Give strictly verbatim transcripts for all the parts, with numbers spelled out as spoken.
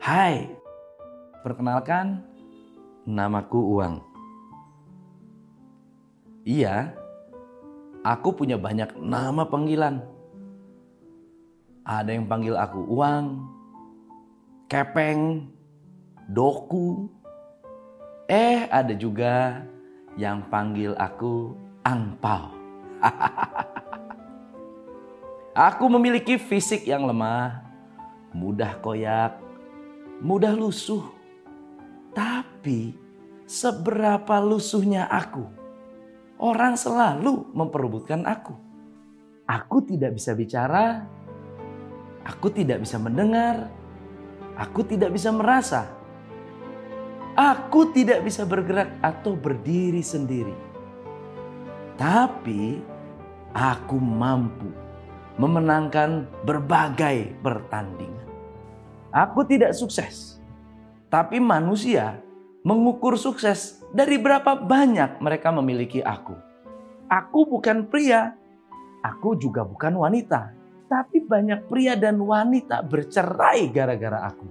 Hai, perkenalkan, namaku Uang. Iya, aku punya banyak nama panggilan. Ada yang panggil aku Uang, Kepeng, Doku. Eh, ada juga yang panggil aku Angpao. Aku memiliki fisik yang lemah, mudah koyak, mudah lusuh. Tapi seberapa lusuhnya aku, orang selalu memperebutkan aku. Aku tidak bisa bicara, aku tidak bisa mendengar, aku tidak bisa merasa. Aku tidak bisa bergerak atau berdiri sendiri. Tapi aku mampu memenangkan berbagai pertandingan. Aku tidak sukses, tapi manusia mengukur sukses dari berapa banyak mereka memiliki aku. Aku bukan pria, aku juga bukan wanita, tapi banyak pria dan wanita bercerai gara-gara aku.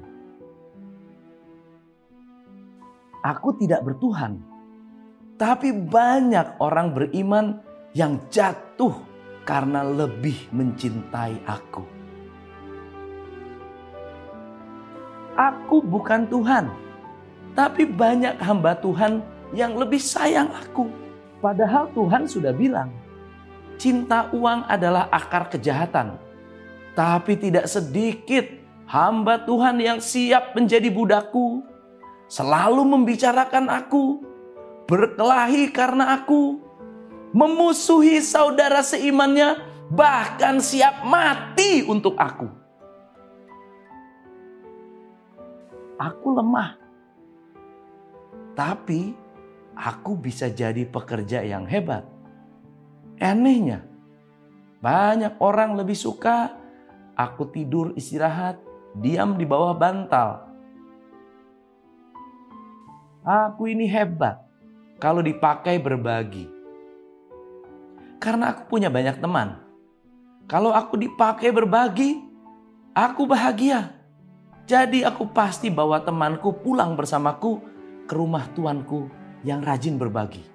Aku tidak bertuhan, tapi banyak orang beriman yang jatuh karena lebih mencintai aku. Aku bukan Tuhan, tapi banyak hamba Tuhan yang lebih sayang aku. Padahal Tuhan sudah bilang, cinta uang adalah akar kejahatan. Tapi tidak sedikit hamba Tuhan yang siap menjadi budakku, selalu membicarakan aku, berkelahi karena aku, memusuhi saudara seimannya, bahkan siap mati untuk aku. Aku lemah, tapi aku bisa jadi pekerja yang hebat. Anehnya, banyak orang lebih suka aku tidur istirahat, diam di bawah bantal. Aku ini hebat kalau dipakai berbagi. Karena aku punya banyak teman. Kalau aku dipakai berbagi, aku bahagia. Jadi aku pasti bawa temanku pulang bersamaku ke rumah tuanku yang rajin berbagi.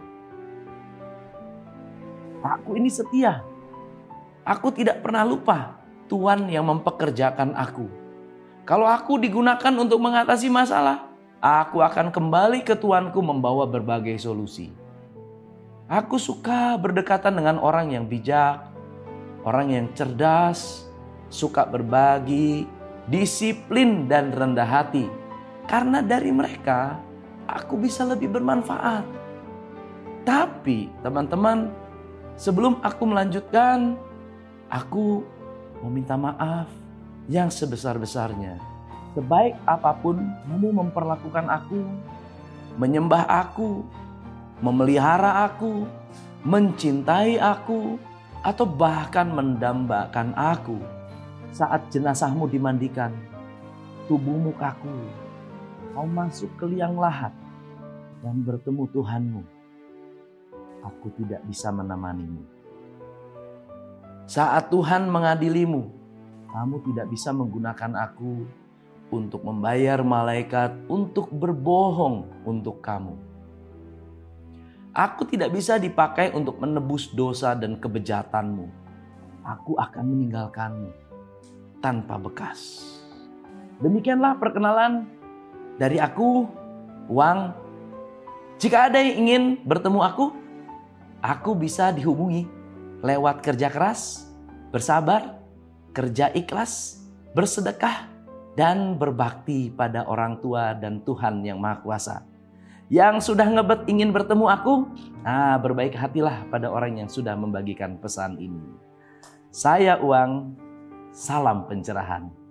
Aku ini setia. Aku tidak pernah lupa Tuhan yang mempekerjakan aku. Kalau aku digunakan untuk mengatasi masalah, aku akan kembali ke tuanku membawa berbagai solusi. Aku suka berdekatan dengan orang yang bijak, orang yang cerdas, suka berbagi, disiplin dan rendah hati. Karena dari mereka, aku bisa lebih bermanfaat. Tapi teman-teman, sebelum aku melanjutkan, aku mau minta maaf yang sebesar-besarnya. Sebaik apapun kamu memperlakukan aku, menyembah aku, memelihara aku, mencintai aku, atau bahkan mendambakan aku, saat jenazahmu dimandikan, tubuhmu kaku, kau masuk ke liang lahat dan bertemu Tuhanmu, aku tidak bisa menemanimu. Saat Tuhan mengadilimu, kamu tidak bisa menggunakan aku untuk membayar malaikat untuk berbohong untuk kamu. Aku tidak bisa dipakai untuk menebus dosa dan kebejatanmu. Aku akan meninggalkanmu tanpa bekas. Demikianlah perkenalan dari aku, Uang. Jika ada yang ingin bertemu aku, aku bisa dihubungi lewat kerja keras, bersabar, kerja ikhlas, bersedekah, dan berbakti pada orang tua dan Tuhan yang Maha Kuasa. Yang sudah ngebet ingin bertemu aku, nah berbaik hatilah pada orang yang sudah membagikan pesan ini. Saya Uang, salam pencerahan.